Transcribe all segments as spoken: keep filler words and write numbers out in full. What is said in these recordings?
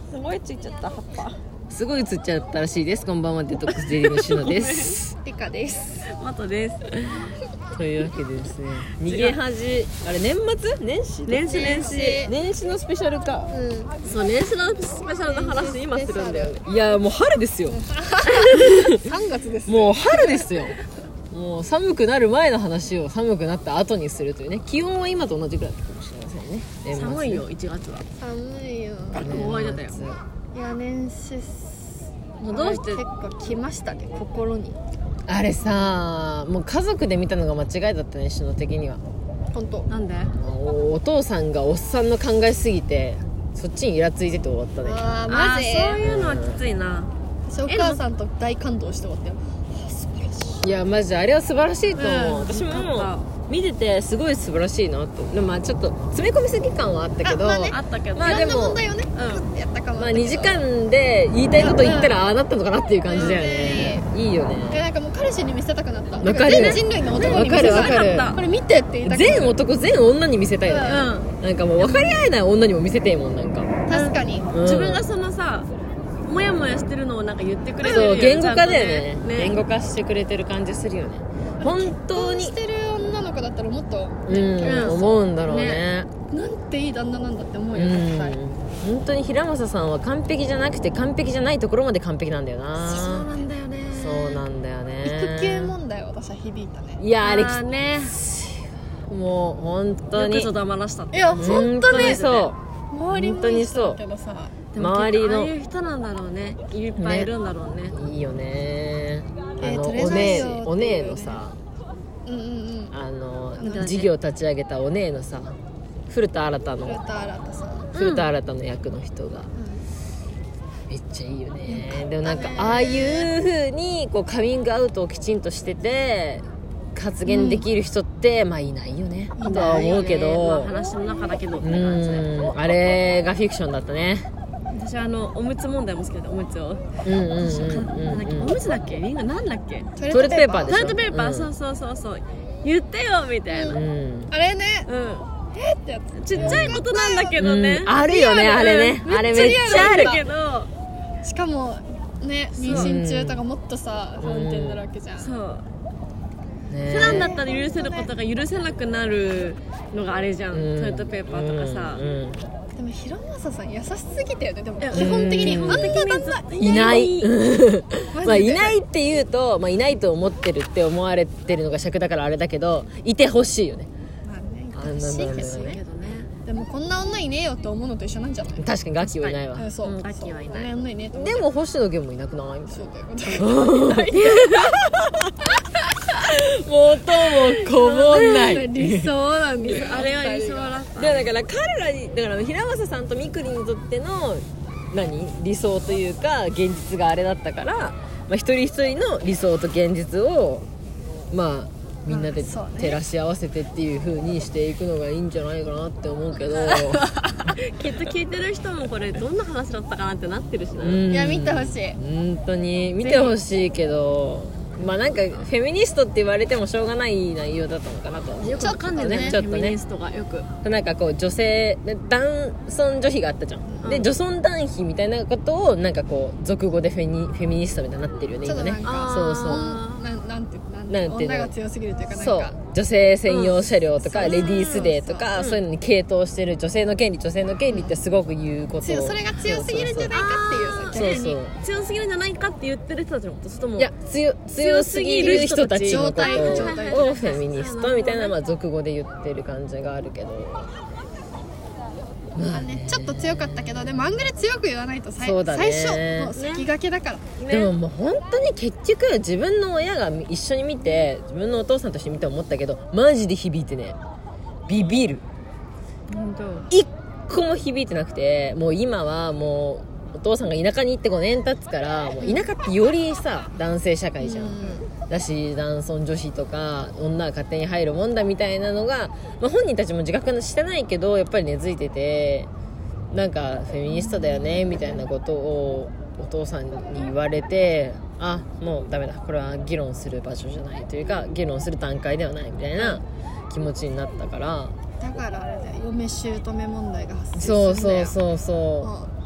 すごいついちゃった葉っぱ。 すごい映っちゃったらしいです。こんばんは、デトックスデリのしのですリカです。 マトです。 というわけでですね、逃げ恥、あれ年末年始年始年始年始のスペシャルか、 うん、 そう年始のスペシャルの話今するんだよね。 いやもう春ですよさんがつです。 もう春ですよ。もう寒くなる前の話を寒くなった後にするというね。気温は今と同じくらいかもしれませんね。年末寒いよいちがつは。 寒いよ。 もう終わりだったよ。 いや年始もうどうして結構来ましたね、心に。 あれさ、もう家族で見たのが間違いだったね、しの的には。 本当。 なんで？ お, お父さんがおっさんの考えすぎてそっちにイラついてて終わったね。 あーあマジ。 ーそういうのはきついな。 私お母さんと大感動して終わったよ。あ素晴らしい。 いやマジあれは素晴らしいと思う、 うん私よかったも見ててすごい素晴らしいなと。でもまあちょっと詰め込みすぎ感はあったけど、 あまあねあったけど、 まあでもいろんな問題をね、 うんやったかも。 まあにじかんで言いたいこと言ったらああなったのかなっていう感じだよね、いいよね。 でなんかもう彼氏に見せたくなった。 わかる全人類の男に見せたわかるわかるこれ見てって言いたくなる。 全男全女に見せたいよね、 うなんかもう分かり合えない女にも見せてえもん。なんか、 確かに。 うん自分がそのさモヤモヤしてるのをなんか言ってくれてるよそう言語化だよちねゃんとね言語化してくれてる感じするよね本当に。 してる女の子だったらもっと、 うん、 うん思うんだろうね。 ねなんていい旦那なんだって思ううよ、絶ん対。 本当に平正さんは完璧じゃなくて完璧じゃないところまで完璧なんだよな。 そうなんだよね。 そうなんだよね。 育休問題は私は響いたね。 いやあれきあーねもう本当によくと黙らしたって。 いや本本当に当にそ周りもいい人だけどさ、 でも周りの結構ああいう人なんだろうね。いっぱいいるんだろうね。 ういいよね。あの、 えー取れおないよ姉お姉のさうんうんうん。 あのなんだね事業立ち上げたお姉のさ古田新太古の田新太さん。 古田新太の役の人がめっちゃいいよね。でもなんかああいう風にこうカミングアウトをきちんとしてて発言できる人って、まあいないよねとは思うけまあ、 ど、 話の中だけどってう感じで。 んあれがフィクションだったね。 私はあのおむつ問題も好きだった。おむつを。 うんうんうんなんだっけ、 うんおむつだっけ？リンゴなんだっけ？ トトイレットペーパーでしょトイレットペーパー、 うんそうそうそうそう。言ってよみたいな。 ううん。 んあれね、 ちってやつ。 っちゃいことなんだけどね。 うんあるよねあれねあれめっちゃあるだけど。 しかもね、妊娠中とかもっとさ、不安定になるわけじゃん。 そう。 ね普段だったら許せることが許せなくなるのがあれじゃん。 うんトイレットペーパーとかさ。 うんうんでも平正さん優しすぎたよね。でもいや基本的にあんな旦那いないマジでまあいないって言うと、まあ、いないと思ってるって思われてるのが尺だからあれだけどいてほしいよね。 まあね、 あんな欲しいけどねだけね。 どね。 でもこんな女いねえよって思うのと一緒なんじゃない？ 確かにガキはいないわ。 うんそう、 うんガキはいないそうこんな女いねえと思う。 でも星野源もいなくない？ そうだよ。 元も子もない理想なんですよ。 あれは理想だった。 でだから彼らにだから平正さんとみくりにとっての何理想というか現実があれだったから、まあ、一人一人の理想と現実をまあみんなでまあそうね照らし合わせてっていう風にしていくのがいいんじゃないかなって思うけどきっと聞いてる人もこれどんな話だったかなってなってるしな。 うんいや見てほしい。 本当に見てほしいけどまあなんかフェミニストって言われてもしょうがない内容だったのかなとは思う。 よくわかんないね。 ちょっとねフェミニストがよく。 なんかこう女性男尊女卑があったじゃん、 うんで女尊男卑みたいなことをなんかこう俗語でフェニフェミニストみたいになってるよね今ね。 ちょっとなんかそうそうあーなんなんてなんなんていうの女が強すぎるというかなんそうか女性専用車両とか、 うんレディースデーとか、 うんそういうのに傾倒してる女性の権利女性の権利ってすごく言うことを、 強それが強すぎるんじゃないかっていうさそうそう逆に強すぎるんじゃないかって言ってる人たちのこと、それともいや強強すぎる人たちのこと状態状態をフェミニストみたいな、まあ、俗語で言ってる感じがあるけど、まあね、ちょっと強かったけどでもあんぐらい強く言わないとさいそうだね最初の先駆けだから、 ねでももう本当に結局自分の親が一緒に見て自分のお父さんとして見て思ったけどマジで響いてねビビる本当一個も響いてなくてもう今はもうお父さんが田舎に行ってごねん経つからもう田舎ってよりさ男性社会じゃん、だし男尊女卑とか女が勝手に入るもんだみたいなのが、まあ、本人たちも自覚してないけどやっぱり根付いててなんかフェミニストだよねみたいなことをお父さんに言われてあもうダメだこれは議論する場所じゃないというか議論する段階ではないみたいな気持ちになったからだからあれだよ嫁姑問題が発生するそうんだよそうそうそう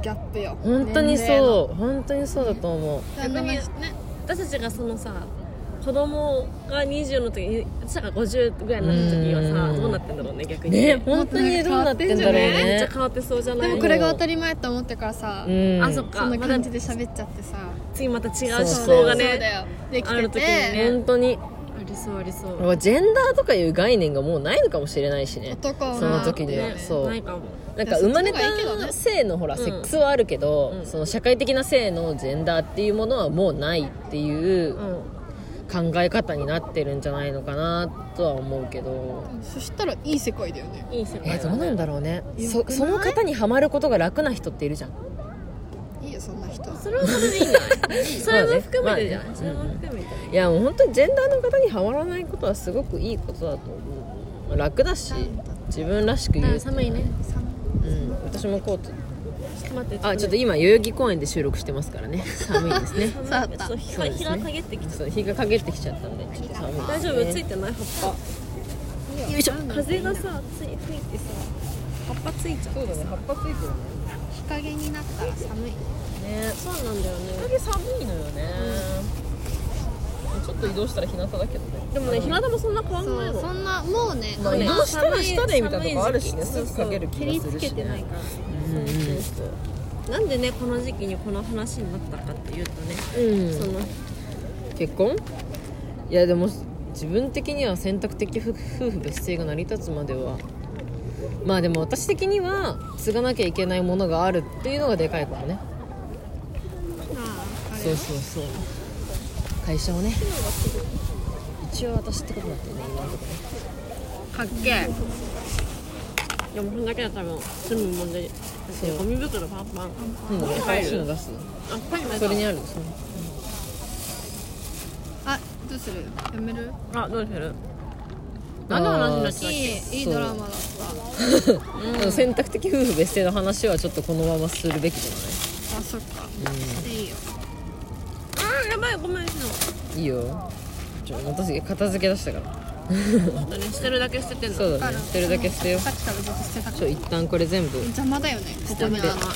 ギャップよ。 本当に年齢のそう本当にそうだと思う。 あのね私たちがそのさ子供がにじゅうの時に私らがごじゅうぐらいになった時はさうんどうなってんだろうね逆にね本当にどうなってんだろうめっねちゃ変わってそうじゃないでもこれが当たり前と思ってからさ、 うんあそっかそんなまだ感じで喋っちゃってさ、 次また違う思そう考がそうねだよできあるて時にねて、 本当にありそうありそうもうジェンダーとかいう概念がもうないのかもしれないしね。 男はその時にはねそうないかもなんか生まれいやそっちの方がいいけどねた性のほら、 うんセックスはあるけど、 うんその社会的な性のジェンダーっていうものはもうないっていううん考え方になってるんじゃないのかなとは思うけど、 そしたらいい世界だよね。 いい世界えー、どうなんだろうね。そよくないその方にはまることが楽な人っているじゃん。 いいよそんな人。 それはそれでいいんじゃないそれも含めてじゃまあねんそれも含めていやもう本当にジェンダーの方にはまらないことはすごくいいことだと思う。楽だし自分らしく言う、 あ寒いねうん、私もコートちょっと待ってあちょっと今代々木公園で収録してますからね寒いですねさあったそう日が日が陰ってきたそう日が陰ってきちゃったんでちょっと寒いです、ね、 大丈夫ついてない葉っよいしょぱ風がさつい吹いてさ葉っぱついちゃうそうだね葉っぱついてるね日陰になったら寒い。 ねそうなんだよね日陰寒いのよね、ちょっと移動したら日向だけどねでもね日向もそんな変わんそうないのそんなもうね、 まあ移動したら下でみたいなとこあるしね寒いすぐかける気照りつがするし、ね、 けてないからうんそうそうそうなんでねこの時期にこの話になったかっていうとねうんその結婚いやでも自分的には選択的夫婦別姓が成り立つまではまあでも私的には継がなきゃいけないものがあるっていうのがでかいからね。 ああそうそうそう会社をね一応私ってことだったよね今のところかっけえでもそんだけだったら済む問題そうゴミ袋パンパン今度ね入る新しいの出すあパンにそれにあるそのあどうするやめる。 あどうする何の話になっちゃったっいけいいいドラマだった。 でも選択的夫婦別姓の話はちょっとこのままするべきじあそっか。 ゃいいよ。 あーやばいごめんしないいいよちょ私片付け出したから本当に捨てるだけ捨ててんのそうだね捨てるだけ捨てよさっきからずっと捨てたからちょ一旦これ全部うん邪魔だよね。ここにでうんあるの。 あもう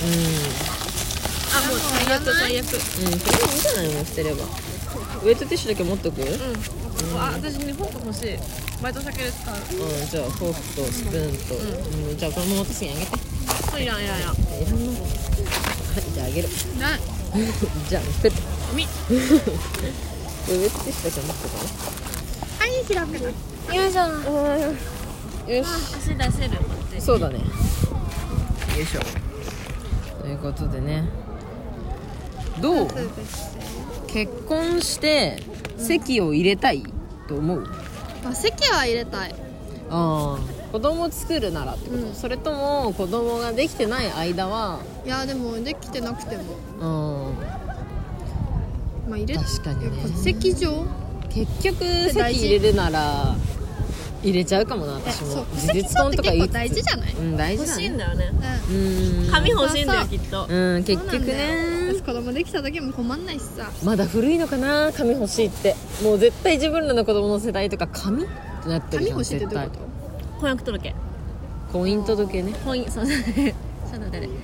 最悪最悪うんそれでもいいんじゃないの捨てればウエットティッシュだけ持っとくうんうんあ私ねフォーク欲しいバイト先で使うじゃあフォークとスプーンと、うんじゃあこのまま私にあげてそういらんいらんいらんいらんのはいじゃああげるなじゃあペットみウエットティッシュだけ持っとかはい開くな。 よいしょねよし足出せる待ってそうだねよいしょということでねどう結婚して籍を入れたいと思うあ席は入れたい。 ああ子供作るならってこと、 うんそれとも子供ができてない間はいやでもできてなくてもうんまあ入れ確かにね戸籍上結局大事籍入れるなら入れちゃうかもな私そうも戸籍上って結構大事じゃない。 うん大事欲だねしいんだよねうん髪欲しいんだよそうそうきっとうん結局そうなんだよね私子供できた時も困んないしさ。 まだ古いのかな髪欲しいってもう絶対自分らの子供の世代とか髪ってなってるじゃん髪欲しいってどういうこ絶対婚約届婚姻届ね婚姻そうだねそうだね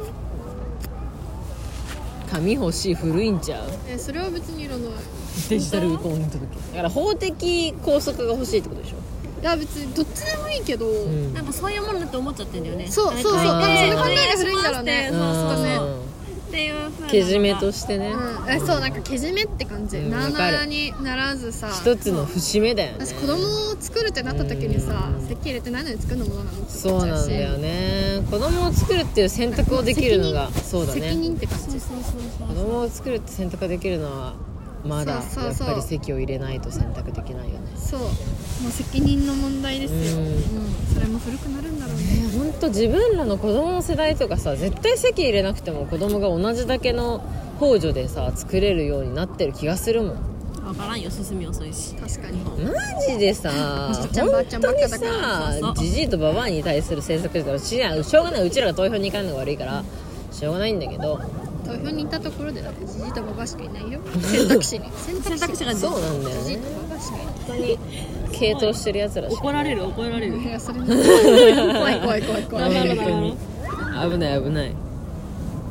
髪欲しい古いんちゃうと？えそれは別にいらない。 デジタル婚姻届だから法的拘束が欲しいってことでしょいや別にどっちでもいいけど。 うんなんかそういうものだって思っちゃってんだよねそうそうそうあー多分それ考えが古いんだろうね。 そうそうねうんっていう風なけじめとしてね、 うん、えそうなんかけじめって感じ、 うんなあわかるなあにならずさ一つの節目だよね私子供を作るってなった時にさうん籍入れてないのに作るのもどうなのってそう思っちゃしなんだよね子供を作るっていう選択をできるのがそうだ責ね任って感じそうそうそう子供を作るって選択ができるのはまだそうそうそうやっぱり籍を入れないと選択できないよねそうもう責任の問題ですよ、 ううんんそれも古くなるんだろうねえ本当自分らの子供の世代とかさ絶対籍入れなくても子供が同じだけの控除でさ作れるようになってる気がするもん分からんよ進み遅いし確かにマジでさおじいちゃんばあちゃんばっかだから本そうそう当にさじじいとばばあに対する政策だからししょうがないうちらが投票に行かんのが悪いからしょうがないんだけど投票に行ったところでだってじじいとばばしかいないよ選択肢に選選択肢がそうなんだよねじじいとばばしかいない本当に傾倒してるやつらしか怒られる怒られるいやそれ怖い怖い怖い怖いなるほど本当に危ない危ない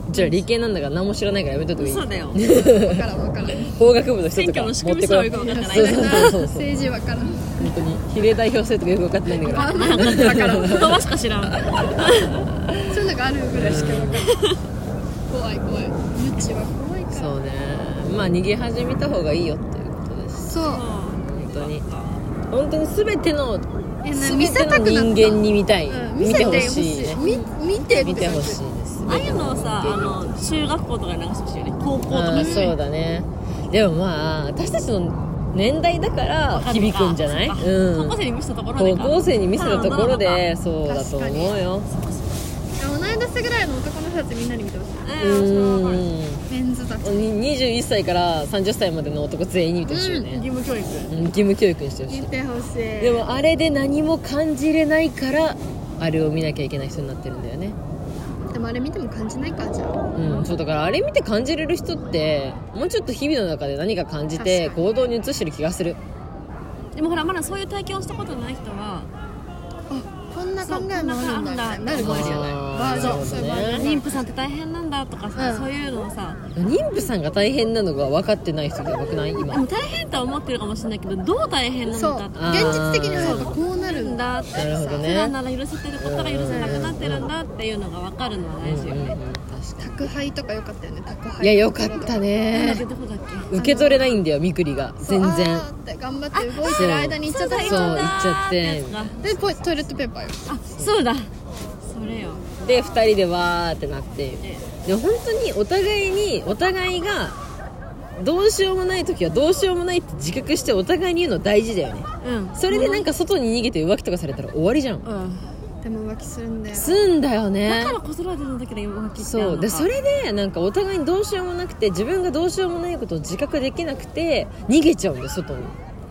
うちら理系なんだから何も知らないからやめといた方がいい。 そうだよ分からん分からん法学部の人選とか挙の仕組み持ってこい。 さえよく分かってないそうそうそうそう政治分からん本当に比例代表制とかよく分かってないんだから。 分からん言葉しか知らんそういうのがあるぐらいしか分からん怖い怖いゆっちは怖いからそうね、まあ逃げ始めた方がいいよっていうことです。 そう本当に本当に全てのえな全見せてのたくなった人間に見たい、 うん見てほしいね。 み見て見てほしいです。 ああいうのをさあの中学校とかに流してほしいよね高校とかにあーそうだね。でもまあ私たちの年代だから響くんじゃない？ 高うん校生に見せたところでか高校生に見せたところでそうだと思うよ。 同い年ぐらいの男の人たちみんなに見てほしいうんそれはわかるうんメンズたちにじゅういっさいからさんじゅっさいまでの男全員に見てほしいよね、 義務教育うん義務教育にしてほしい。 見てほしいでもあれで何も感じれないからあれを見なきゃいけない人になってるんだよね。 でもあれ見ても感じないかじゃあうん、そうだからあれ見て感じれる人ってもうちょっと日々の中で何か感じて確かに行動に移してる気がする。 でもほらまだそういう体験をしたことない人はこんな考えもあるんだみたいになるかもしれないあーバージョンなるほどねそういうバージョン妊婦さんって大変なんだとかさ、 うんそういうのをさ妊婦さんが大変なのが分かってない人がやばくない今。 でも大変とは思ってるかもしれないけどどう大変なのそうかとか現実的にはやっぱこうなるんだだってなるほど普段ね。 なら許せてることが許せなくなってるんだっていうのが分かるのは大事よね、 うんうんうん確か宅配とか良かったよね宅配に。いやよかったなんだねけ。どこだっけ受け取れないんだよみくりが全然。 そうあーって頑張って動いてる間に行っちゃったそう行っちゃってでこれトイレットペーパーよあそうだそれよでふたりでわーってなってで本当にお互いにお互いがどうしようもない時はどうしようもないって自覚してお互いに言うの大事だよね。 うんそれでなんか外に逃げて浮気とかされたら終わりじゃん。 うんでも浮気するんだよすんだよだねから子育ての時で浮気ってあるそのかうでそれでなんかお互いにどうしようもなくて自分がどうしようもないことを自覚できなくて逃げちゃうんだよ外に。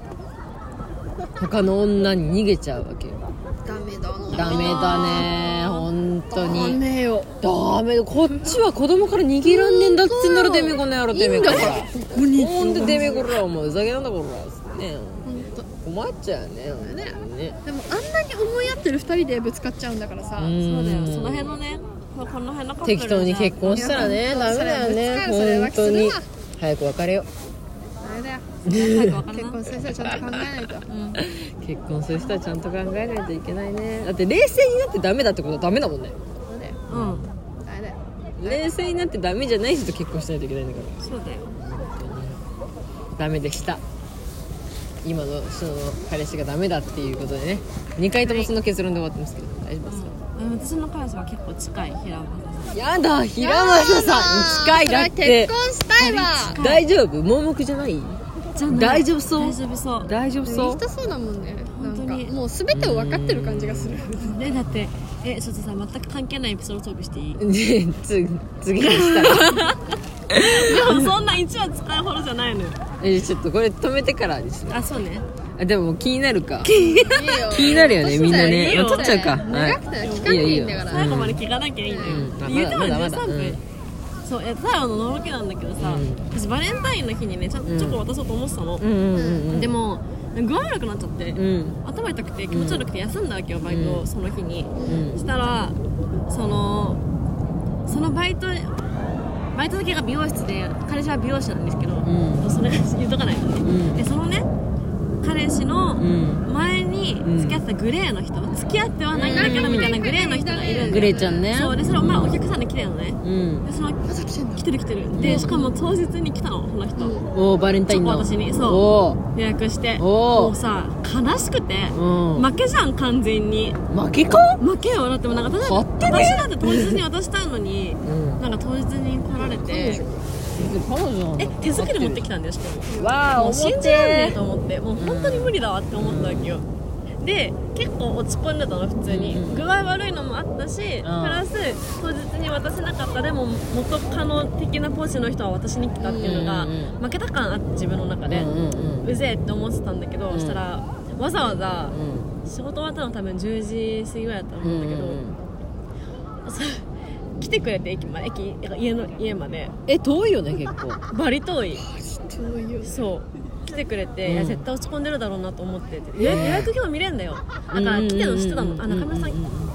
他の女に逃げちゃうわけよ。 ダメだなダメだね本当ダにメよダメだこっちは子供から逃げらんねえんだっつってんだろてめえこの野郎てめえこらここにほんでてめえこらお前ふざけなんだこらねほんと困っちゃうねねねでもあんなに思い合ってるふたりでぶつかっちゃうんだからさうんそうだよその辺のねこの辺のカップル適当に結婚したらねいやダメだよねそれ本当にそれ浮気するわ早く別れよあれだよ早く分かるな結婚する人はちゃんと考えないとうん結婚する人はちゃんと考えないといけないね。だって冷静になってダメだってことはダメだもんね。 そうだようんあれだよ冷静になってダメじゃない人と結婚しないといけないんだからそうだよダメでした。今のその彼氏がダメだっていうことでねにかいともその結論で終わってますけど大丈夫ですか？ うん私の彼氏は結構近い平岡さんやだ平正さん近いだって結婚したいわ大丈夫盲目じゃないじゃない大丈夫そう大丈夫そう大丈夫そういい人そうだもんねなん本当にかもう全てを分かってる感じがするねだってえちょっとさ全く関係ないエピソードトークしていいでつ次にしたらでもそんないちわ使うほどじゃないのよえちょっとこれ止めてからですねあそうねあでも気になるかいいよ気になるよねみんなねいいよまあ取っちゃうか長くて聞かないんだから最後まで聞かなきゃいいんだよ、 うん言うてもまだまだじゅうさんぷん、 うんそうえただののろけなんだけどさ、 うん私バレンタインの日にねちょチョコ渡そうと思ってたの、 うんうんうんうんでも具合悪くなっちゃって、 うん頭痛くて気持ち悪くて休んだわけよバイトを、 うんその日に、 うんそしたらそのそのバイトバイト先が美容室で彼氏は美容師なんですけど、 んそれ言っとかないとね、 んでそのね彼氏のうん前に付き合ってたグレーの人、付き合ってはないんだけどみたいなグレーの人がいるんだよグレーちゃんねそうでそれをまあお客さんで来てるのね、 うんでそのまだ来てんだ来てる来てるでしかも当日に来たのその人、 おーバレンタインのチョコ私にそうお予約しておーもうさ悲しくてーうん負けじゃん完全に負けか負けよだってもうなんか例えば勝手ね私だって当日に渡したいのに、 んなんか当日に来られて彼女なんだえ手作り持ってきたんだよしかもわあもう信じられねえてと思ってもう本当に無理だわって思ったわけよ、で結構落ち込んでたの普通に、 うん具合悪いのもあったし、プラス当日に渡せなかったでも元カノ的なポジの人は私に来たっていうのが、 うんうんうん負けた感あって自分の中で、 うんうんうんうぜえって思ってたんだけど、 んそしたらわざわざうん仕事終わったの多分じゅうじ過ぎぐらいだったと思うんだけど、 うんうんさ来てくれて駅まで駅家の家までえ遠いよね結構バリ遠い遠いよそう来てくれて、 うんいや絶対落ち込んでるだろうなと思ってて予約予約表見れんだよだから来てるの知ってたの、あ中村さん、あ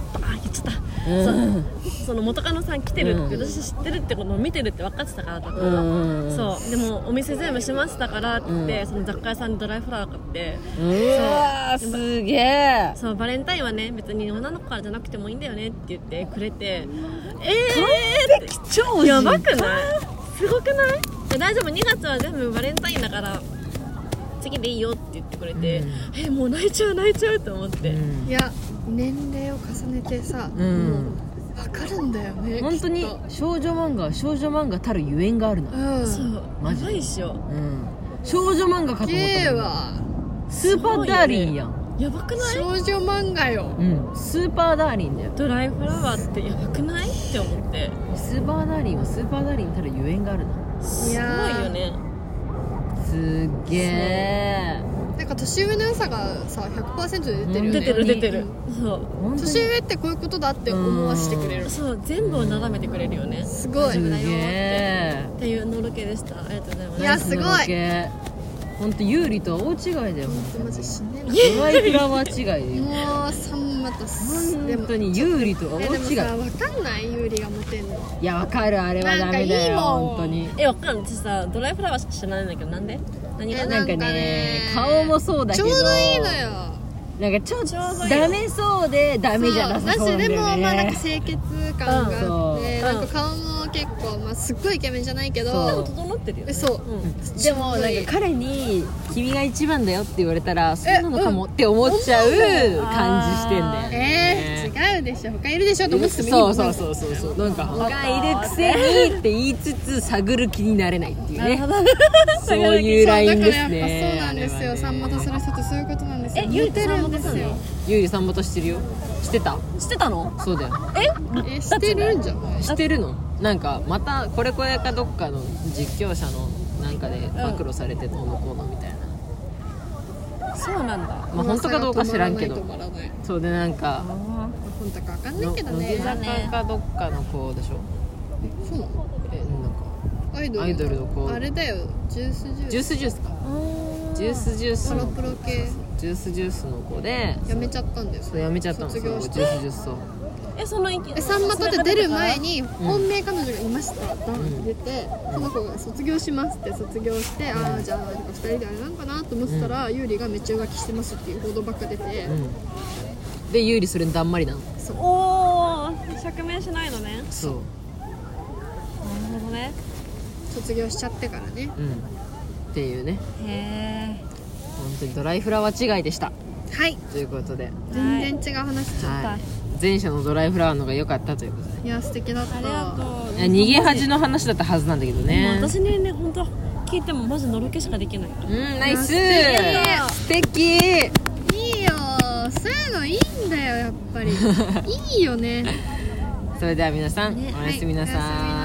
言っちゃった、 うんそうその元カノさん来てるって、 うん、 私知ってるってことを見てるって分かってたから多分、 うん、 そうでもお店全部閉まってたからって言って、うん、その雑貨屋さんでドライフラワー買って、 うわーすげえ。 そうバレンタインはね別に女の子からじゃなくてもいいんだよねって言ってくれて、えー完璧超やばくない？すごくない？で大丈夫、にがつは全部バレンタインだから次でいいよって言ってくれて、うん、えもう泣いちゃう泣いちゃうと思って、うん、 いや年齢を重ねてさ、うん、もう分かるんだよね。 本当に少女漫画は少女漫画たるゆえんがあるな、 うん、そうマジやばいっしょ、うん、 少女漫画かと思ったわ。スーパーダーリンやん。 やばくない？ 少女漫画よ、 うん、スーパーダーリンだよ。 ドライフラワーってやばくないって思って、 スーパーダーリンはスーパーダーリンたるゆえんがあるな。 すごいよね。 すっげえ。 なんか年上の良さがさ ひゃくパーセント で出てるよね。 出てる出てる、そう年上ってこういうことだって思わせてくれる。 そう全部をなだめてくれるよね。 すごい。 すげえっていうのろけでした。ありがとうございます。 いやすごい。 本当有利とは大違いだよ。 本当マジ死ねる。 ドライフラワー違いだよ。 もうさんまと本当に有利とは大違い。 でもさ分かんない有利がモテんの。 いや分かる、あれはダメだよ。本当に。 え分かんない。私さドライフラワーしか知らないんだけどなんで？何がなんかね顔もそうだけど。 ちょうどいいのよ。 なんかちょっとダメそうでダメじゃなさそうなんだよね。 でもまあなんか清潔感があって、 うん、 なんか顔も結構まあすっごいイケメンじゃないけどでも整ってるよね。 そう、 うん、でもなんか彼に君が一番だよって言われたらそうなのかもって思っちゃう感じしてんだよね。 えー、違うでしょ、他いるでしょと思ってもいいもん。 そうそうそうそうそう、なんか他いるくせにって言いつつ探る気になれないっていうねそういうラインですね。 だからやっぱそうなんですよ、さんまとする人ってそういうことなんですよ。 え、ゆうてるんですよ。 ゆうりさんまとしてるよ。してた？ してたの？ そうだよ。 え？え、してるんじゃない？ してるの？なんかまたこれこれかどっかの実況者のなんかで暴露されてどうのこうのみたいな、 うん、そうなんだ。 まあ本当かどうか知らんけど、そうでなんか本当か分かんないけどね、 乃木坂かどっかの子でしょ。 え、そうなの？ え、なんかアイドル、 アイドルの子、 あれだよ、ジュースジュースジュースジュースか、ジュースジュースのプロプロ系、 ジュースジュースの子でやめちゃったんだよ。 そうやめちゃったの。 卒業してジュースジュース。そうえ、その息さんまとって出る前に本命彼女がいました、ダンって出て、その子が卒業しますって卒業して、ああじゃあなんかふたりであれなんかなと思ってたら、優里がめっちゃ浮気してますっていう報道ばっか出て、 で優里それにだんまりなの。 そう、 おー、釈明しないのね。 そう、 なるほどね。 卒業しちゃってからね、 うんっていうね。 へえ、 本当にドライフラワー違いでした。 はいということで全然違う話しちゃった、 はい、前者のドライフラワーの方が良かったということで。 いや素敵だった。 ありがとう。 いや逃げ恥の話だったはずなんだけどね。 私にね本当聞いてもマジのろけしかできないから。 うん、ナイス、素敵。 いいよ、そういうのいいんだよやっぱりいいよねそれでは皆さん、 ね、 おやすみなさい、 はい、おやすみなさい。